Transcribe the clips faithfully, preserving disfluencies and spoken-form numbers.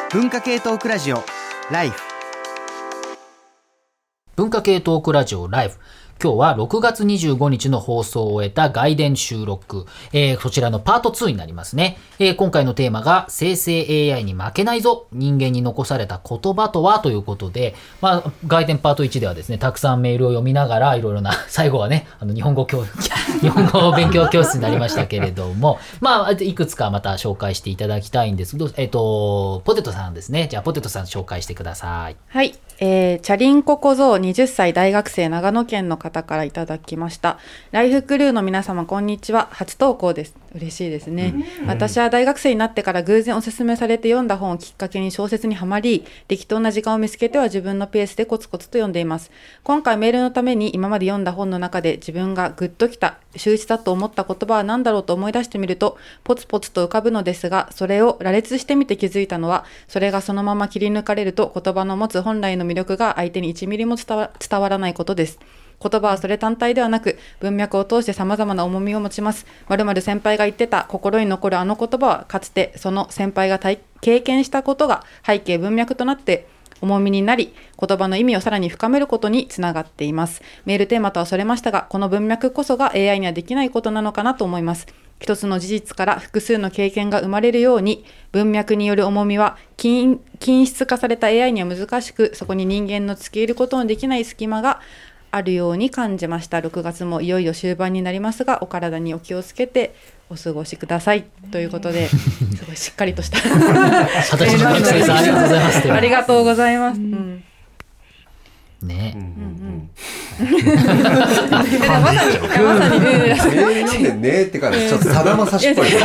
文化系トークラジオライフ。 文化系トークラジオライフ。今日はろくがつにじゅうごにちの放送を終えた外伝収録、えー、こちらのパートツーになりますね、えー、今回のテーマが生成 エーアイ に負けないぞ、人間に残された言葉とはということで、まあ、外伝パートいちではですね、たくさんメールを読みながらいろいろな、最後はね、あの日本語教日本語勉強教室になりましたけれども、まあ、いくつかまた紹介していただきたいんですけど、えっと、ポテトさんですね。じゃあポテトさん紹介してください。 はい、えー、チャリンコ小僧はたち大学生長野県の方からいただきました。ライフクルーの皆様こんにちは。初投稿です。嬉しいですね、うん、私は大学生になってから偶然おすすめされて読んだ本をきっかけに小説にはまり、適当な時間を見つけては自分のペースでコツコツと読んでいます。今回メールのために今まで読んだ本の中で自分がグッときた秀逸だと思った言葉は何だろうと思い出してみるとポツポツと浮かぶのですが、それを羅列してみて気づいたのは、それがそのまま切り抜かれると言葉の持つ本来の魅力が相手にいちミリも伝わ、伝わらないことです。言葉はそれ単体ではなく文脈を通して様々な重みを持ちます。〇〇先輩が言ってた心に残るあの言葉は、かつてその先輩が体経験したことが背景文脈となって重みになり、言葉の意味をさらに深めることにつながっています。メールテーマとはそれましたが、この文脈こそが エーアイ にはできないことなのかなと思います。一つの事実から複数の経験が生まれるように、文脈による重みは均質化された エーアイ には難しく、そこに人間の付け入ることのできない隙間があるように感じました。ろくがつもいよいよ終盤になりますが、お体にお気をつけてお過ごしくださいということで、すごいしっかりとしたありがとうございます。うんね、 うんうんまさにまさにねなんでねってからちょっとさだまさしっぽい。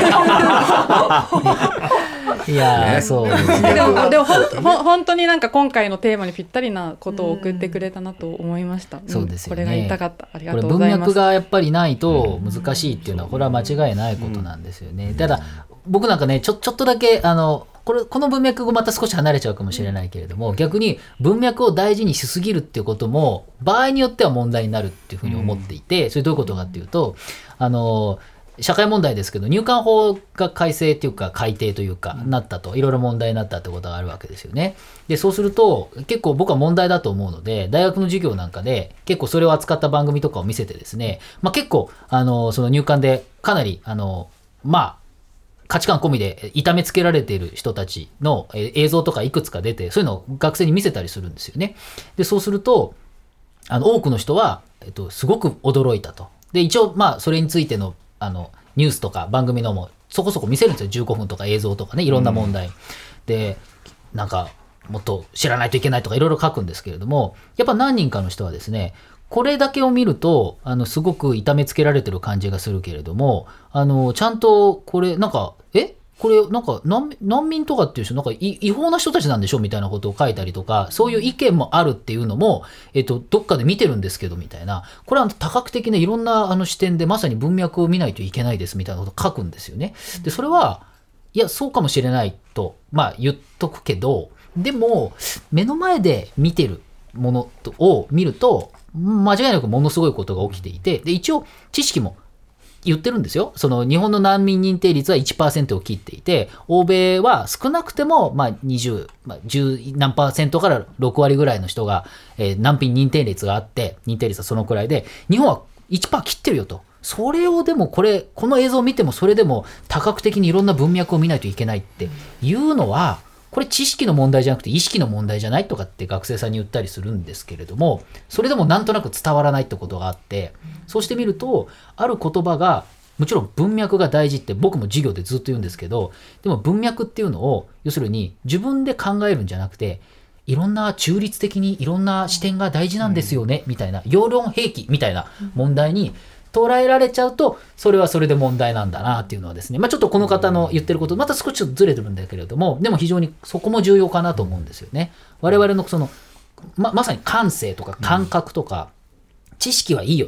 いや、ね、そうですね。 でもでもほんほ本当になんか今回のテーマにぴったりなことを送ってくれたなと思いました。うん、 そうですよね。 これが言いたかった。ありがとうごこざいます。 れ文脈がやっぱりないと難しいっていうのはこれは間違いないことなんですよね。うん、ただ僕なんかねちょちょっとだけあの。これこの文脈がまた少し離れちゃうかもしれないけれども、逆に文脈を大事にしすぎるっていうことも場合によっては問題になるっていうふうに思っていて、それどういうことかっていうと、あの社会問題ですけど入管法が改正っていうか改定というかなったと、いろいろ問題になったってことがあるわけですよね。でそうすると結構僕は問題だと思うので、大学の授業なんかで結構それを扱った番組とかを見せてですね、まあ、結構あのその入管でかなりあのまあ価値観込みで痛めつけられている人たちの映像とかいくつか出て、そういうのを学生に見せたりするんですよね。でそうするとあの多くの人は、えっと、すごく驚いたと。で一応まあそれについての、あのニュースとか番組のもそこそこ見せるんですよ。じゅうごふんとか映像とかね、いろんな問題、うん、でなんかもっと知らないといけないとかいろいろ書くんですけれども、やっぱ何人かの人はですね、これだけを見るとあのすごく痛めつけられてる感じがするけれども、あのちゃんとこれなんかえこれなんか 難, 難民とかっていう人なんか違法な人たちなんでしょみたいなことを書いたりとか、そういう意見もあるっていうのも、えっと、どっかで見てるんですけどみたいな、これは多角的ないろんなあの視点でまさに文脈を見ないといけないですみたいなことを書くんですよね。でそれはいやそうかもしれないと、まあ、言っとくけど、でも目の前で見てるものを見ると間違いなくものすごいことが起きていて、で一応知識も言ってるんですよ。その日本の難民認定率はいちパーセントを切っていて、欧米は少なくてもまあにじゅう、まあ、じゅう何パーセントからろくわりぐらいの人が、えー、難民認定率があって、認定率はそのくらいで、日本はいちパーセント切ってるよと。それをでもこれこの映像を見てもそれでも多角的にいろんな文脈を見ないといけないっていうのは、これ知識の問題じゃなくて意識の問題じゃないとかって学生さんに言ったりするんですけれども、それでもなんとなく伝わらないってことがあって、そうしてみるとある言葉がもちろん文脈が大事って僕も授業でずっと言うんですけど、でも文脈っていうのを要するに自分で考えるんじゃなくて、いろんな中立的にいろんな視点が大事なんですよねみたいな、要論兵器みたいな問題に捉えられちゃうと、それはそれで問題なんだなっていうのはですね、まあ、ちょっとこの方の言ってることまた少しちょっとずれてるんだけれども、でも非常にそこも重要かなと思うんですよね。我々のその ま, まさに感性とか感覚とか知識はいいよと、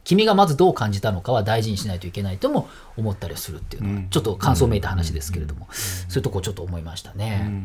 君がまずどう感じたのかは大事にしないといけないとも思ったりするっていうのは、うん、ちょっと感想めいた話ですけれども、うん、そういうとこちょっと思いましたね、うん、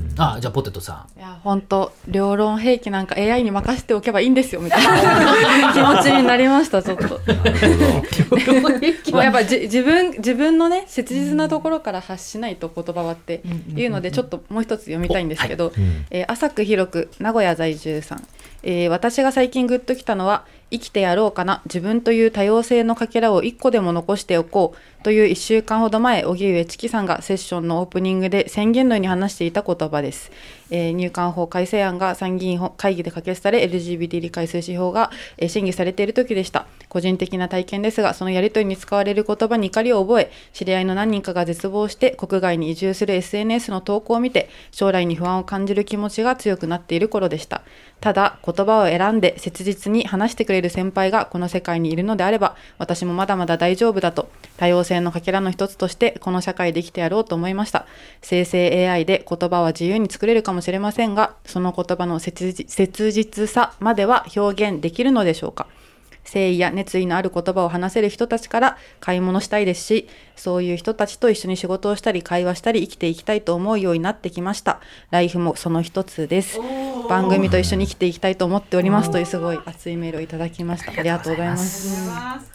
あじゃあポテトさん。 いや本当両論兵器なんか エーアイ に任せておけばいいんですよみたいな気持ちになりましたちょっともうやっぱじ自分自分のね切実なところから発しないと言葉はっていうのでちょっともう一つ読みたいんですけど、はいえー、浅く広く名古屋在住さん、えー、私が最近グッときたのは生きてやろうかな自分という多様性のかけらを一個でも残しておこうといういっしゅうかんほど前荻上チキさんがセッションのオープニングで宣言のように話していた言葉です、えー、入管法改正案が参議院会議で可決され エルジービーティー 理解推進法が、えー、審議されている時でした。個人的な体験ですがそのやり取りに使われる言葉に怒りを覚え知り合いの何人かが絶望して国外に移住する エスエヌエス の投稿を見て将来に不安を感じる気持ちが強くなっている頃でした。ただ言葉を選んで切実に話してくれる先輩がこの世界にいるのであれば私もまだまだ大丈夫だと多様性のかけらの一つとしてこの社会で生きてやろうと思いました。生成 エーアイ で言葉は自由に作れるかもしれませんがその言葉の切実、切実さまでは表現できるのでしょうか。誠意や熱意のある言葉を話せる人たちから買い物したいですしそういう人たちと一緒に仕事をしたり会話したり生きていきたいと思うようになってきました。ライフもその一つです。番組と一緒に生きていきたいと思っておりますというすごい熱いメールをいただきました。ありがとうございます。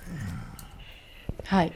はい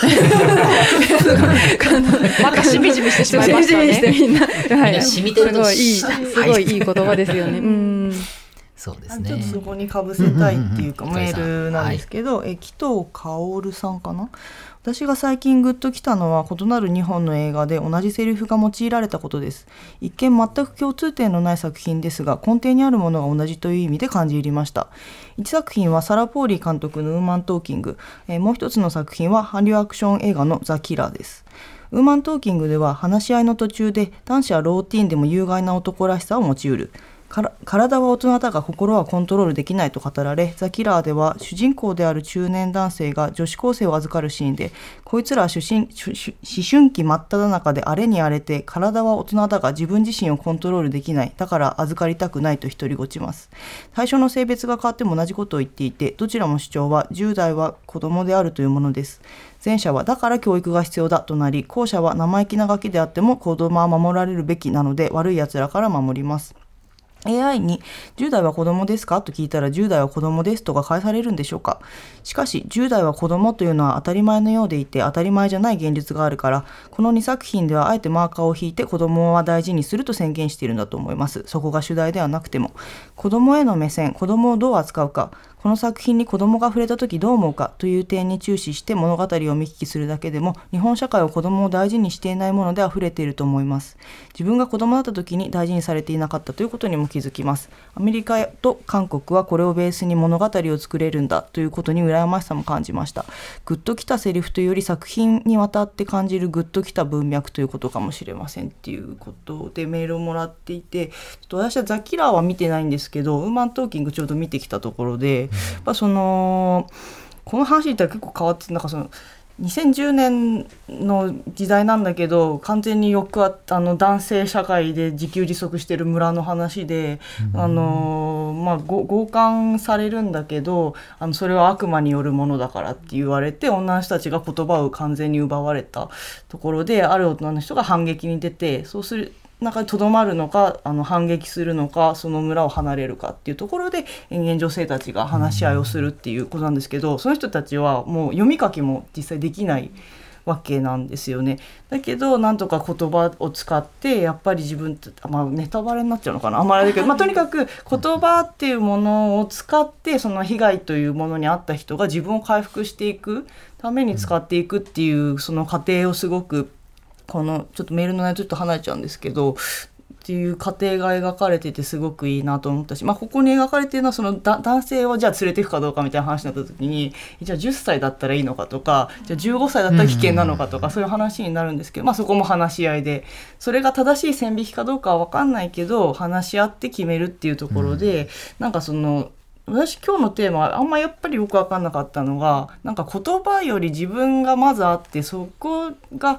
またしみじみしてしまいましたね。 しみじみしてみんな、はい、 みんな染みてるのすごいいいすごいいい言葉ですよね。うんそうですね、 ちょっとそこにかぶせたいっていうかメールなんですけど、うんうんうん、え紀藤薫さんかな。私が最近グッときたのは異なるにほんの映画で同じセリフが用いられたことです。一見全く共通点のない作品ですが根底にあるものが同じという意味で感じ入りました。一作品はサラ・ポーリー監督のウーマントーキング、えー、もう一つの作品は韓流アクション映画のザ・キラーです。ウーマントーキングでは話し合いの途中で男子はローティーンでも有害な男らしさを持ちうる、から体は大人だが心はコントロールできないと語られ、ザ・キラーでは主人公である中年男性が女子高生を預かるシーンでこいつらは思春期真っ只中で荒れに荒れて体は大人だが自分自身をコントロールできない、だから預かりたくないと独り言ちます。対象の性別が変わっても同じことを言っていてどちらも主張はじゅう代は子供であるというものです。前者はだから教育が必要だとなり後者は生意気なガキであっても子供は守られるべきなので悪い奴らから守ります。エーアイ にじゅう代は子供ですかと聞いたらじゅう代は子供ですとが返されるんでしょうか。しかしじゅう代は子供というのは当たり前のようでいて当たり前じゃない現実があるからこのにさく品ではあえてマーカーを引いて子供は大事にすると宣言しているんだと思います。そこが主題ではなくても子供への目線、子供をどう扱うか、この作品に子供が触れた時どう思うかという点に注視して物語を見聞きするだけでも日本社会は子供を大事にしていないもので溢れていると思います。自分が子供だった時に大事にされていなかったということにも気づきます。アメリカと韓国はこれをベースに物語を作れるんだということに羨ましさも感じました。グッときたセリフというより作品にわたって感じるグッときた文脈ということかもしれませんっていうことでメールをもらっていて、ちょっと私はザ・キラーは見てないんですけどウーマントーキングちょうど見てきたところで、やっぱそのこの話言ったら結構変わってなんかそのにせんじゅうねんの時代なんだけど完全によくああの男性社会で自給自足してる村の話で、うんあのまあ、強姦されるんだけどあのそれは悪魔によるものだからって言われて女の人たちが言葉を完全に奪われたところである大人の人が反撃に出てそうする中にとどまるのかあの反撃するのかその村を離れるかっていうところで延々女性たちが話し合いをするっていうことなんですけど、その人たちはもう読み書きも実際できないわけなんですよね。だけどなんとか言葉を使ってやっぱり自分と、まあ、ネタバレになっちゃうのかなあんまりだけど、まあ、とにかく言葉っていうものを使ってその被害というものに遭った人が自分を回復していくために使っていくっていうその過程をすごくこのちょっとメールの内容ちょっと離れちゃうんですけどっていう過程が描かれててすごくいいなと思ったし、まあ、ここに描かれてるのはそのだ男性をじゃあ連れていくかどうかみたいな話になった時にじゃあじゅっさいだったらいいのかとかじゃあじゅうごさいだったら危険なのかとかそういう話になるんですけど、まあ、そこも話し合いでそれが正しい線引きかどうかは分かんないけど話し合って決めるっていうところで、うん、なんかその私今日のテーマはあんまやっぱりよく分かんなかったのがなんか言葉より自分がまずあってそこが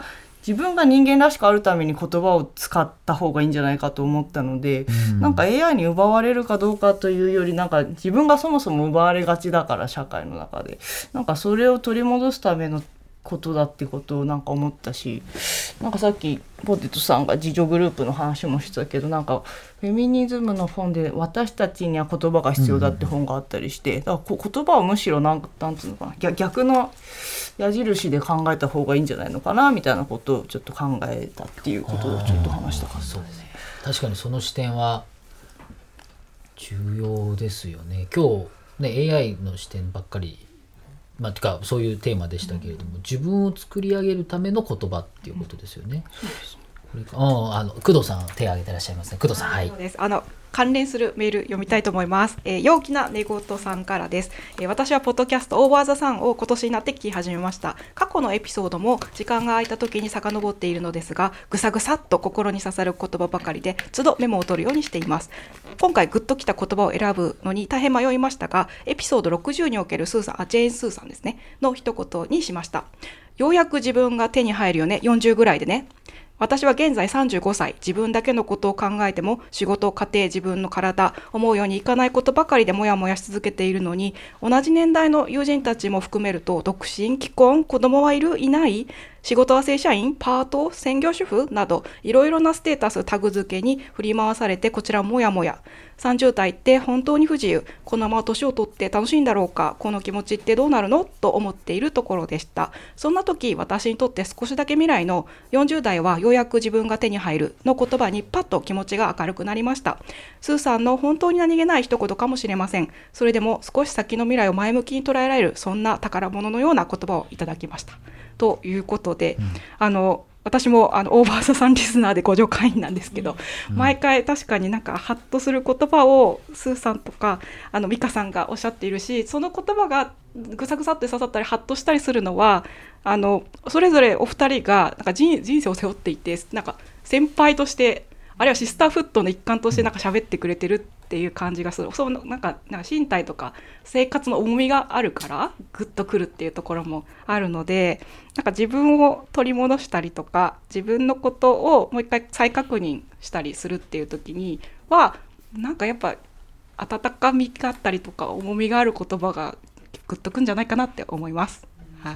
自分が人間らしくあるために言葉を使った方がいいんじゃないかと思ったので、うん、なんか エーアイ に奪われるかどうかというよりなんか自分がそもそも奪われがちだから社会の中でなんかそれを取り戻すためのことだってことをなんか思ったし、なんかさっきポテトさんが自助グループの話もしてたけど、なんかフェミニズムの本で私たちには言葉が必要だって本があったりして、だから言葉をむしろなんかなんていうのかな、逆の矢印で考えた方がいいんじゃないのかなみたいなことをちょっと考えたっていうことをちょっと話したかった。 そうですね。確かにその視点は重要ですよね。今日ね エーアイ の視点ばっかり、まあ、てかそういうテーマでしたけれども、自分を作り上げるための言葉っていうことですよね。これかああの工藤さん手を挙げてらっしゃいますね。工藤さん、はい。 そうです。あの関連するメール読みたいと思います。えー、陽気な寝言さんからです。えー、私はポッドキャストオーバーザさんを今年になって聞き始めました。過去のエピソードも時間が空いた時に遡っているのですが、ぐさぐさっと心に刺さる言葉ばかりで都度メモを取るようにしています。今回グッときた言葉を選ぶのに大変迷いましたが、エピソードろくじゅうにおけるスーさん、あジェーン・スーさんですねの一言にしました。ようやく自分が手に入るよね、よんじゅうぐらいでね。私は現在さんじゅうごさい、自分だけのことを考えても仕事、家庭、自分の体、思うようにいかないことばかりでモヤモヤし続けているのに、同じ年代の友人たちも含めると独身、既婚、子供はいる、いない、仕事は正社員、パート、専業主婦などいろいろなステータス、タグ付けに振り回されてこちらもやもや。さんじゅう代って本当に不自由、このまま年を取って楽しいんだろうか、この気持ちってどうなるのと思っているところでした。そんな時、私にとって少しだけ未来のよんじゅう代はようやく自分が手に入るの言葉にパッと気持ちが明るくなりました。スーさんの本当に何気ない一言かもしれません。それでも少し先の未来を前向きに捉えられる、そんな宝物のような言葉をいただきました。ということで、うん、あの私もあのオーバーザさんリスナーでご助会員なんですけど、うん、毎回確かになんかハッとする言葉をスーさんとかあのミカさんがおっしゃっているし、その言葉がぐさぐさって刺さったりハッとしたりするのは、あのそれぞれお二人がなんか 人, 人生を背負っていて、なんか先輩としてあるいはシスターフットの一環としてなんか喋ってくれてるっていう感じがする。そうなんか、なんか身体とか生活の重みがあるからグッとくるっていうところもあるので、なんか自分を取り戻したりとか自分のことをもう一回再確認したりするっていう時には、なんかやっぱ温かみがあったりとか重みがある言葉がグッとくんじゃないかなって思います。はい。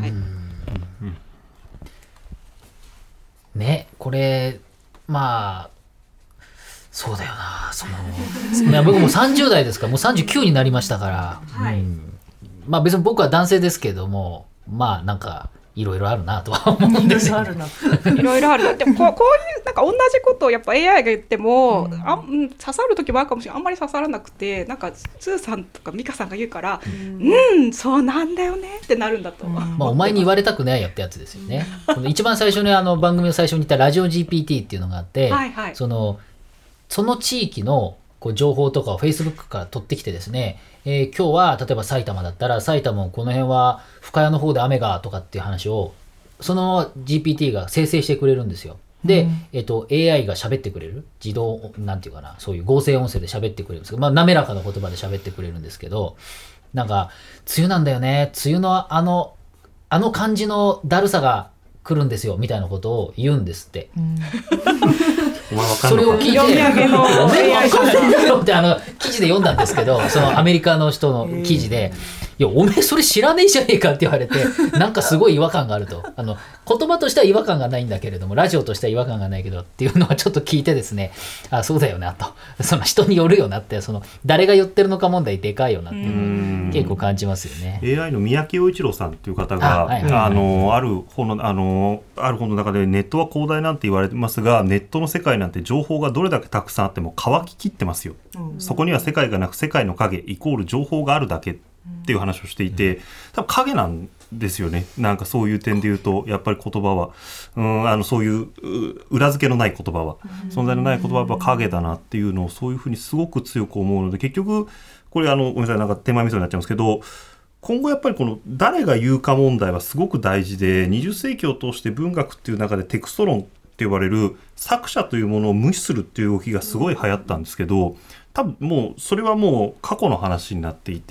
ね、これまあそうだよな、そのいや僕もさんじゅう代ですから、もうさんじゅうきゅうになりましたから、はい、うん、まあ別に僕は男性ですけども、まあなんかいろいろあるなとは思うんですよ、ね、 いろいろあるな。でもこう、こういうなんか同じことをやっぱ エーアイ が言っても、うん、あうん、刺さる時もあるかもしれない。あんまり刺さらなくて、なんかスーさんとかミカさんが言うから、うん、うん、そうなんだよねってなるんだと思う、うん、 まあ、お前に言われたくないよってやつですよね。この一番最初にあの番組の最初に言ったラジオ ジーピーティー っていうのがあって、はい、はい、そのその地域のこう情報とかを Facebook から取ってきてですね、えー、今日は例えば埼玉だったら埼玉もこの辺は深谷の方で雨がとかっていう話をその ジーピーティー が生成してくれるんですよ。で、うん、えっと エーアイ が喋ってくれる、自動なんていうかな、そういう合成音声で喋ってくれるんですけど、まあ滑らかな言葉で喋ってくれるんですけど、なんか梅雨なんだよね、梅雨のあのあの感じのだるさが来るんですよみたいなことを言うんですって。うん、それを聞いて読み上げのってあの記事で読んだんですけど、そのアメリカの人の記事で、いやおめえそれ知らねえじゃねえかって言われて、なんかすごい違和感があると。あの言葉としては違和感がないんだけれども、ラジオとしては違和感がないけどっていうのはちょっと聞いてですね、あ、そうだよなと、その人によるよなって、その誰が言ってるのか問題でかいよなっていうのを結構感じますよね。 エーアイ の三宅陽一郎さんっていう方が あ,、はいはいはい、あのある本のあのある本の中で、ネットは広大なんて言われてますが、ネットの世界なんて情報がどれだけたくさんあっても乾ききってますよ、うん、そこには世界がなく世界の影イコール情報があるだけっていう話をしていて、多分影なんですよね。なんかそういう点で言うと、やっぱり言葉は、うん、あのそういう裏付けのない言葉は、存在のない言葉はやっぱ影だなっていうのを、そういうふうにすごく強く思うので、結局これあのごめんなさい、なんか手前味噌になっちゃうんですけど、今後やっぱりこの誰が言うか問題はすごく大事で、にじゅっ世紀を通して文学っていう中でテクスト論って呼ばれる作者というものを無視するっていう動きがすごい流行ったんですけど、多分もうそれはもう過去の話になっていて、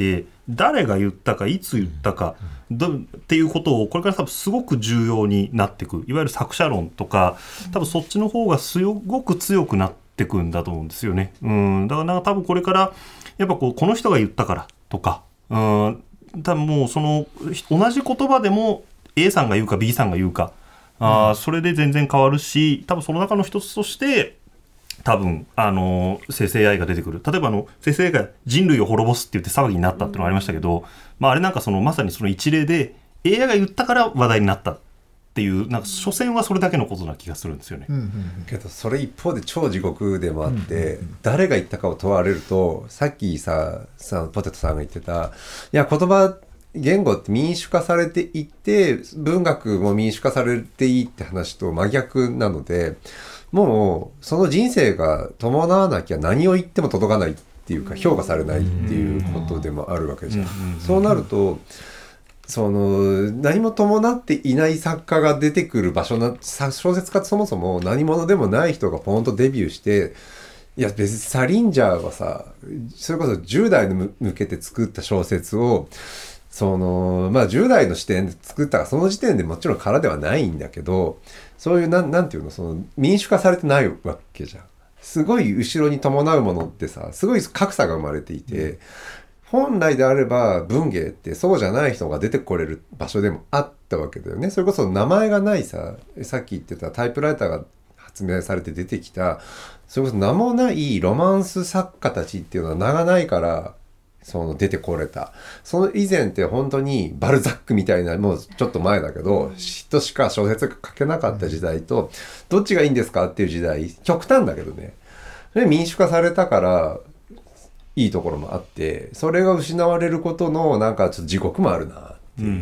誰が言ったかいつ言ったか、どっていうことをこれから多分すごく重要になっていく、いわゆる作者論とか多分そっちの方がすごく強くなっていくんだと思うんですよね。うん、だからなんか多分これからやっぱこうこの人が言ったからとか、うん、多分もうその同じ言葉でも A さんが言うか B さんが言うか、あ、うん、それで全然変わるし、多分その中の一つとして多分あの生成 エーアイ が出てくる。例えばあの生成 エーアイ が人類を滅ぼすって言って騒ぎになったっていうのがありましたけど、うん、まあ、あれなんかそのまさにその一例で エーアイ が言ったから話題になったっていう、なんか所詮はそれだけのことな気がするんですよね。 うんうんうん、けどそれ一方で超地獄でもあって、うんうんうん、誰が言ったかを問われると、さっきささポテトさんが言ってた、いや言葉言語って民主化されていって文学も民主化されていいって話と真逆なので、もうその人生が伴わなきゃ何を言っても届かないっていうか評価されないっていうことでもあるわけじゃん。そうなるとその何も伴っていない作家が出てくる場所な、小説家ってそもそも何者でもない人がポンとデビューして、いや別にサリンジャーはさ、それこそじゅう代に向けて作った小説をそのまあじゅう代の視点で作ったらその時点でもちろん空ではないんだけど、そういうなん、なんていうの、その民主化されてないわけじゃん。すごい後ろに伴うものってさ、すごい格差が生まれていて、うん、本来であれば文芸ってそうじゃない人が出てこれる場所でもあったわけだよね。それこそ名前がないさ、さっき言ってたタイプライターが発明されて出てきた、それこそ名もないロマンス作家たちっていうのは名がないからその出てこれた。その以前って本当にバルザックみたいな、もうちょっと前だけど人しか小説が書けなかった時代と、どっちがいいんですかっていう時代、極端だけどね、それ民主化されたからいいところもあって、それが失われることのなんかちょっと地獄もあるなっていう、うん、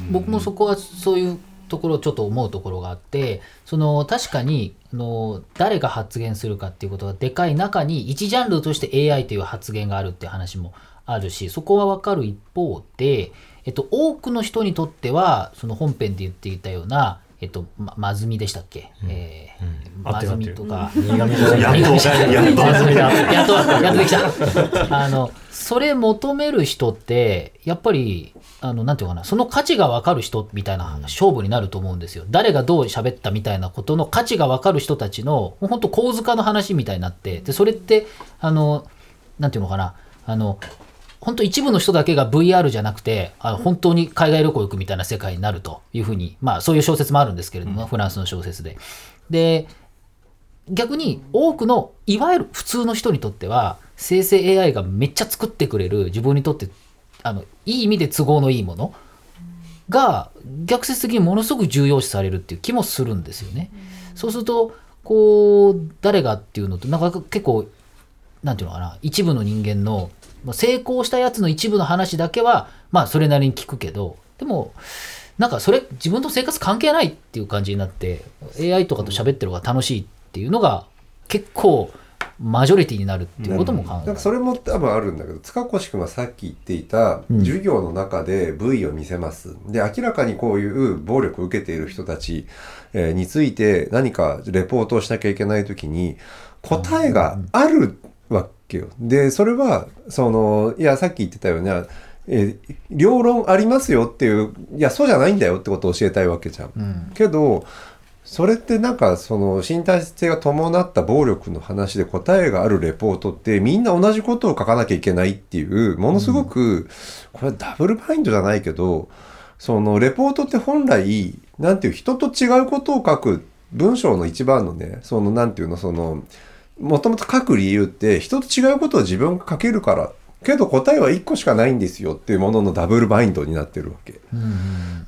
僕もそこはそういうところをちょっと思うところがあって、その確かにあの誰が発言するかっていうことがでかい中に一ジャンルとして エーアイ という発言があるっていう話もあるし、そこは分かる一方で、えっと、多くの人にとってはその本編で言っていたような、えっと、ま、まずみでしたっけ、うん、えー、うん、まずみとか新上とかやっとやっとやっとできたあのそれ求める人ってやっぱりあのなんていうかな、その価値が分かる人みたいな勝負になると思うんですよ。誰がどう喋ったみたいなことの価値が分かる人たちの本当構図化の話みたいになって、でそれってあのなんていうのかな、あの本当一部の人だけが ブイアール じゃなくて、あの本当に海外旅行行くみたいな世界になるというふうに、まあそういう小説もあるんですけれども、うん、フランスの小説で。で、逆に多くのいわゆる普通の人にとっては、生成 エーアイ がめっちゃ作ってくれる、自分にとってあのいい意味で都合のいいものが逆説的にものすごく重要視されるっていう気もするんですよね。そうするとこう誰がっていうのとなんか結構なんていうのかな、一部の人間の成功したやつの一部の話だけはまあそれなりに聞くけど、でもなんかそれ自分と生活関係ないっていう感じになって エーアイ とかと喋ってる方が楽しいっていうのが結構マジョリティになるっていうことも考えられる、 うん、それも多分あるんだけど、塚越君はさっき言っていた授業の中で ブイ を見せます、うん、で明らかにこういう暴力を受けている人たちについて何かレポートをしなきゃいけないときに答えがあるわけよ。でそれはそのいやさっき言ってたようなえ両論ありますよっていう、いやそうじゃないんだよってことを教えたいわけじゃん、うん、けどそれってなんかその身体性が伴った暴力の話で答えがあるレポートってみんな同じことを書かなきゃいけないっていうものすごくこれダブルバインドじゃないけど、そのレポートって本来なんていう人と違うことを書く文章の一番のね、そのなんていうの、そのもともと書く理由って人と違うことを自分が書けるからけど答えはいっこしかないんですよっていうもののダブルバインドになってるわけ、うんうん、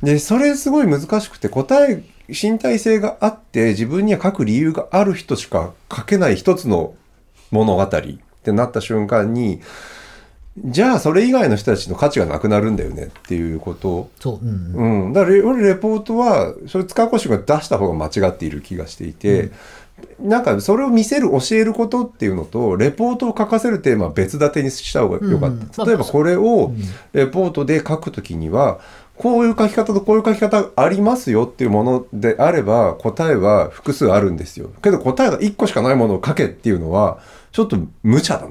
でそれすごい難しくて、答え身体性があって自分には書く理由がある人しか書けない一つの物語ってなった瞬間に、じゃあそれ以外の人たちの価値がなくなるんだよねっていうこと。 そう、うんうんうん、だから俺レポートはそれ塚越が出した方が間違っている気がしていて、うん、なんかそれを見せる教えることっていうのとレポートを書かせるテーマは別立てにした方がよかった、うん、例えばこれをレポートで書くときにはこういう書き方とこういう書き方ありますよっていうものであれば答えは複数あるんですよ。けど答えがいっこしかないものを書けっていうのはちょっと無茶だなっ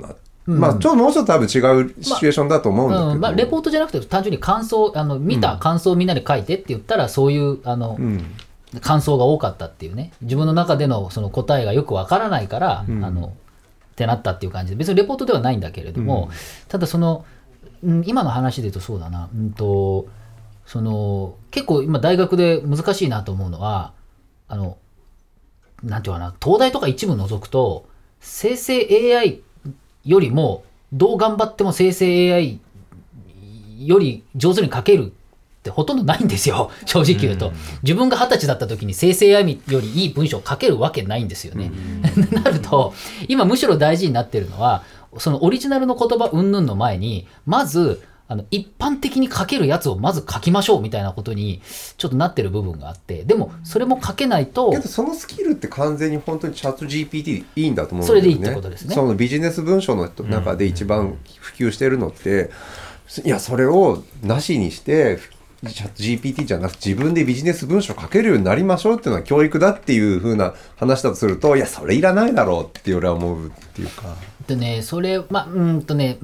うん、まあちょっともうちょっと多分違うシチュエーションだと思うんだけど、まあうんまあ、 レポートじゃなくて単純に感想あの見た感想をみんなで書いてって言ったら、そういうあの、うん、感想が多かったっていうね、自分の中でのその答えがよくわからないから、うん、あのってなったっていう感じで、別にレポートではないんだけれども、うん、ただその、うん、今の話で言うとそうだな、うんとその結構今大学で難しいなと思うのは、あのなんていうかな、東大とか一部除くと生成 エーアイ よりもどう頑張っても生成 エーアイ より上手に書けるってほとんどないんですよ、正直言うと。自分が二十歳だった時に生成 エーアイ よりいい文章を書けるわけないんですよね。なると今むしろ大事になってるのは、そのオリジナルの言葉云々の前にまずあの一般的に書けるやつをまず書きましょうみたいなことにちょっとなってる部分があって、でもそれも書けないと。 けどそのスキルって完全に本当にチャット ジーピーティー いいんだと思うんだよね。 それでいいってことですね。 そのビジネス文章の中で一番普及してるのって、うん、いやそれをなしにしてチャット ジーピーティー じゃなくて自分でビジネス文章を書けるようになりましょうっていうのは教育だっていう風な話だとすると、いやそれいらないだろうって俺は思うっていうか。 でね、それ、まあ、うんとね、うん、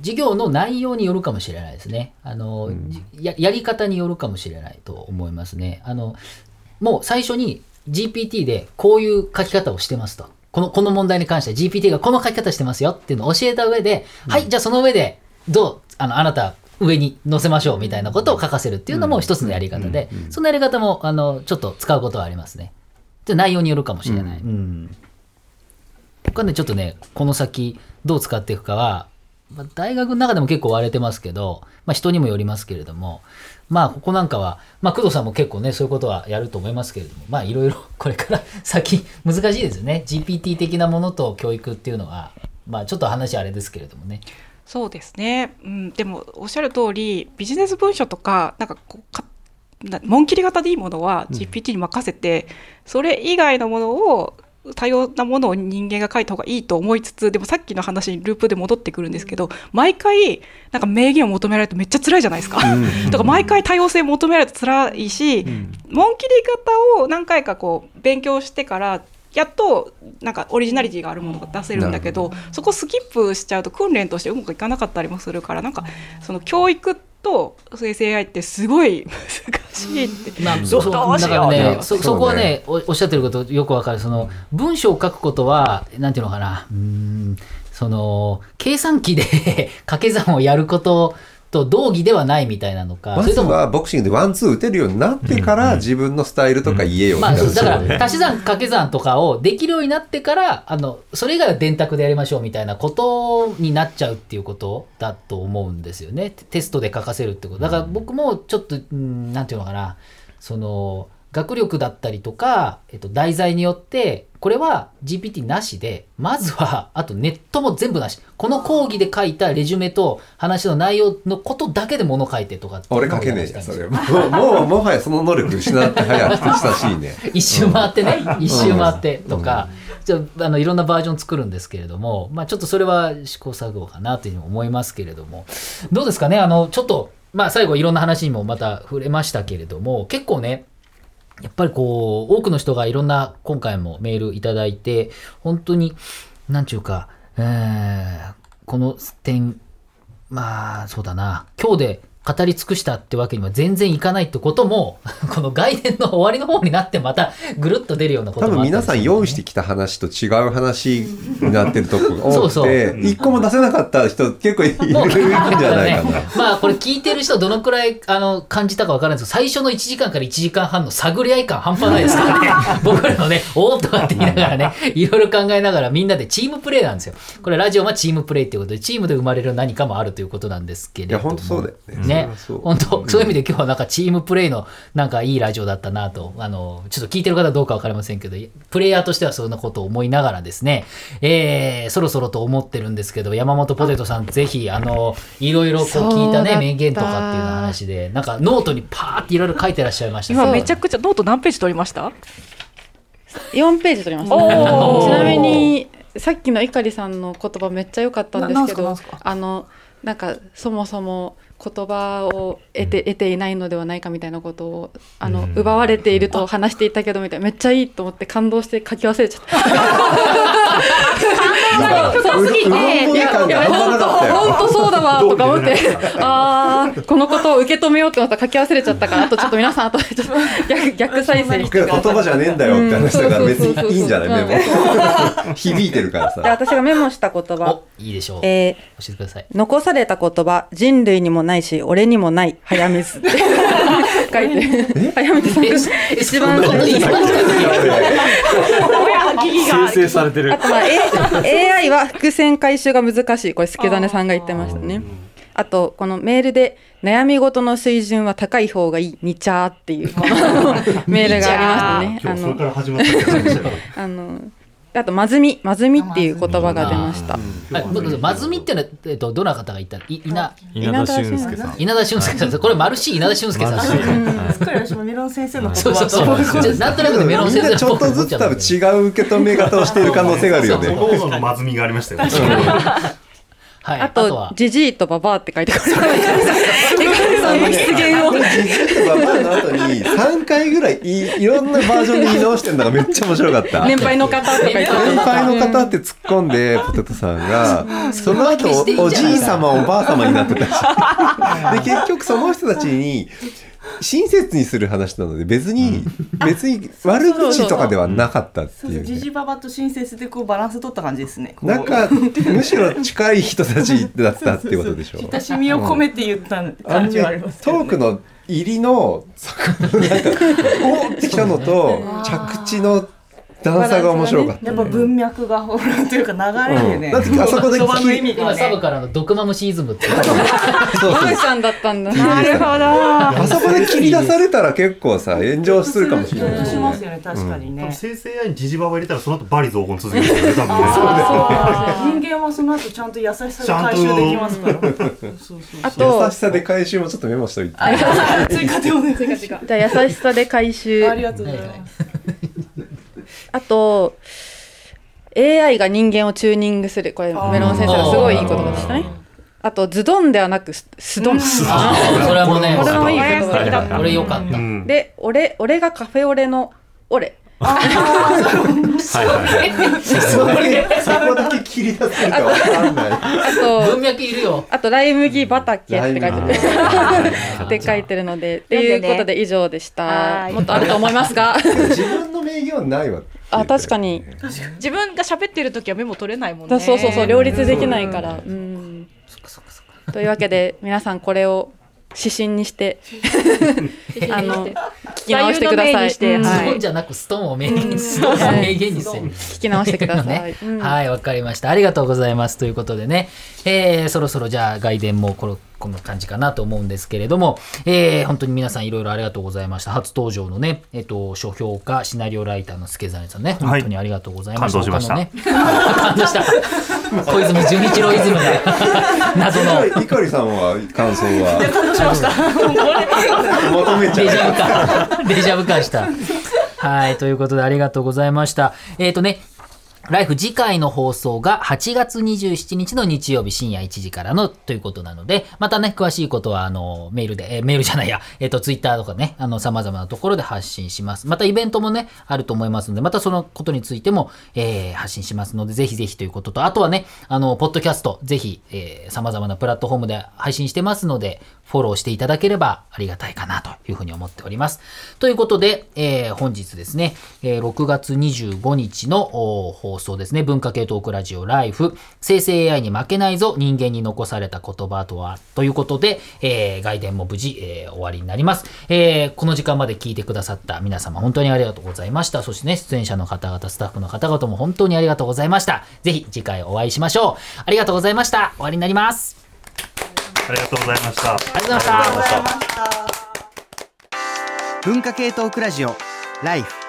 授業の内容によるかもしれないですね。あの、うん、や、やり方によるかもしれないと思いますね。あの、もう最初に ジーピーティー でこういう書き方をしてますと。この、この問題に関して ジーピーティー がこの書き方してますよっていうのを教えた上で、うん、はい、じゃあその上で、どう、あの、あなた、上に載せましょうみたいなことを書かせるっていうのも一つのやり方で、そのやり方も、あの、ちょっと使うことはありますね。で、内容によるかもしれない。うん。うん他ね、ちょっとね、この先どう使っていくかは、まあ、大学の中でも結構割れてますけど、まあ、人にもよりますけれども、まあここなんかは、まあ、工藤さんも結構ねそういうことはやると思いますけれども、まあいろいろこれから先難しいですよね。 ジーピーティー 的なものと教育っていうのは、まあちょっと話あれですけれどもね。 そうですね、うん、でもおっしゃる通りビジネス文書とかなんかこうか紋切り型でいいものは ジーピーティー に任せて、うん、それ以外のものを多様なものを人間が書いた方がいいと思いつつ、でもさっきの話にループで戻ってくるんですけど、毎回なんか名言を求められるとめっちゃ辛いじゃないですか、うん、とか毎回多様性を求められると辛いし、うん、紋切り方を何回かこう勉強してからやっとなんかオリジナリティがあるものが出せるんだけど、そこスキップしちゃうと訓練としてうまくいかなかったりもするから、なんかその教育と生成 エーアイ ってすごい難しいって、まあ、ど, どうしようね。 そ, そこはね お, おっしゃってることよくわかる。その文章を書くことはなんていうのかな、うーんその計算機で掛け算をやることと同義ではないみたいなのか、 まずはボクシングでワンツー打てるようになってから自分のスタイルとか言えよみたいな、 まあ、だから足し算掛け算とかをできるようになってからあのそれ以外は電卓でやりましょうみたいなことになっちゃうっていうことだと思うんですよね。テストで書かせるってことだから、僕もちょっと、うん、なんていうのかな、その学力だったりとか、えっと、題材によってこれは ジーピーティー なしで、まずはあとネットも全部なし、この講義で書いたレジュメと話の内容のことだけで物書いてとかって俺書けねえじゃんそれもうもうもはやその能力失って早く親しいね一周回ってね、うん、一周回ってとか、うん、じゃあ、あのいろんなバージョン作るんですけれども、まあ、ちょっとそれは試行錯誤かなというふうに思いますけれども、どうですかね。あのちょっと、まあ、最後いろんな話にもまた触れましたけれども、結構ねやっぱりこう多くの人がいろんな今回もメールいただいて、本当になんちゅうか、えー、この点、まあそうだな、今日で語り尽くしたってわけには全然いかないってこともこの外伝の終わりの方になってまたぐるっと出るようなこともあったりする、ね、多分皆さん用意してきた話と違う話になってるとこが多くて一個も出せなかった人結構いるんじゃないかな、ね、まあこれ聞いてる人どのくらいあの感じたか分からないんですけど、最初のいちじかんからいちじかんはんの探り合い感半端ないですからね僕らのねおーっとかって言いながらねいろいろ考えながらみんなでチームプレーなんですよ。これラジオはチームプレーっていうことでチームで生まれる何かもあるということなんですけれども、いや本当そうだよね。ね、本当そういう意味で今日はなんかチームプレイのなんかいいラジオだったなと、あのちょっと聞いてる方はどうか分かりませんけど、プレイヤーとしてはそんなことを思いながらですね、えー、そろそろと思ってるんですけど、山本ポテトさんぜひあのいろいろこう聞いたね名言とかっていう話でなんかノートにパーっていろいろ書いてらっしゃいました。 今めちゃくちゃノート何ページ取りました？ よんページ取りました、ね、ちなみにさっきの碇さんの言葉めっちゃ良かったんですけど、あのなんかそもそも言葉を得て、得ていないのではないかみたいなことをあの、うん、奪われていると話していたけどみたいな、めっちゃいいと思って感動して書き忘れちゃったそう好きで、いや本当そうだわとか思って、ああこのことを受け止めようって思ったら書き忘れちゃったから、あとちょっと皆さんあとでちょっと逆逆再生して。 言葉じゃねえんだよって話だから別にいいんじゃないメモ響いてるからさ。 で私がメモした言葉、 いいでしょう。 えー、 教えてください。 残された言葉、人類にもないし俺にもない早水って書いて、早水さん一番最初に修正されてる。 あとまあ、A、エーアイ は伏線回収が難しい、これ助真さんが言ってましたね。あとこのメールで悩み事の水準は高い方がいいにちゃーっていうメールがありましたね。 今日それから始まったあのあとまずみまずみっていう言葉が出ました。 はい、まずみっていうのは、えっと、どなたが言ったい稲稲田俊介さん。 稲田俊介さん、これマルシー稲田俊介さん。 すっかり私もメロン先生の言葉。 そうそうそう。なんとなくメロン先生のちょっとずつ多分違う受け止め方をしている可能性があるよね。 そののまずみがありましたよね。 はい、 あとジジイとババアって書いてくれた。さんの出現を。 ジジイとババアの後にさんかいぐらい い, いろんなバージョンで言い直してるのがめっちゃ面白かった。 年配の方って書いてある。 年配の方って突っ込んでポテトさんがその後 お, おじい様おばあ様になってたしで結局その人たちに親切にする話なので別に、うん、別に悪口とかではなかったっていう、ね、 ジジババと親切でこうバランス取った感じですね。 なんかむしろ近い人たちだったっていうことでしょう。 親しみを込めて言った感じはありますけど、ね、 トークの入りのなんかおってきたのと着地の段差が面白かった、ね、 やっぱ文脈がほらというか流れでね、うん、 だってあそこで今サブからの毒マムシイズムってそうそうマムシャンだったんだ。 なるほど。 あそこで切り出されたら結構さ炎上するかもしれない、 炎上しますよね、確かにね、 うん、生成 エーアイ にジジババ入れたらその後バリ雑言続けてるよね、多分ね。 人間はその後ちゃんと優しさで回収できますから。 あと優しさで回収もちょっとメモしておいて。 追加でお願いします。 じゃあ優しさで回収。 ありがとうございます。 あと エーアイ が人間をチューニングする、これメロン先生がすごいいい言葉でしたね。あとズドンではなくスドン、うん、 あそれもねこれもいい言葉だった。 これ良かった、うん、 で俺俺がカフェオレのオレあはいはいそこだけ切り出せるか分かんない。 あと文脈いるよ。 あとライ麦畑って書いてるって書いてるのでっていうことで以上でした。もっとあると思いますが自分の名言はないわ。 あ確かに自分が喋ってる時はメモ取れないもんね。 そうそうそう両立できないから。うん、というわけで皆さんこれを指針にしてあの聞き直してください。 ストーンじゃなくストーンを名言にストーンを名言にして聞き直してください。 ねうん、はいわかりました。ありがとうございます。ということでね、えー、そろそろじゃあ外伝もこのこんな感じかなと思うんですけれども、えー、本当に皆さんいろいろありがとうございました。初登場のね、えっと、書評家シナリオライターの助真さんね、本当にありがとうございました。 感動しました。 ね、感動した小泉純一郎イズムが謎の碇さんは感想は感動しました求めちゃうデジャブ感デジャブ感したはいということでありがとうございました。えっとねライフ次回の放送がはちがつにじゅうしちにちの日曜日深夜いちじからのということなので、またね、詳しいことはあのメールで、えー、メールじゃないや、えっと、ツイッターとかね、あの、様々なところで発信します。またイベントもね、あると思いますので、またそのことについても、えー、発信しますので、ぜひぜひということと、あとはね、あの、ポッドキャスト、ぜひ、えー、様々なプラットフォームで配信してますので、フォローしていただければありがたいかなというふうに思っております。ということで、えー、本日ですね、えー、ろくがつにじゅうごにちの放送ですね、文化系トークラジオライフ、生成 エーアイ に負けないぞ、人間に残された言葉とは、ということで、えー、外伝も無事、えー、終わりになります。えー、この時間まで聞いてくださった皆様、本当にありがとうございました。そしてね、出演者の方々、スタッフの方々も本当にありがとうございました。ぜひ次回お会いしましょう。ありがとうございました。終わりになります。 ありがとうございました。 ありがとうございました。 文化系トークラジオライフ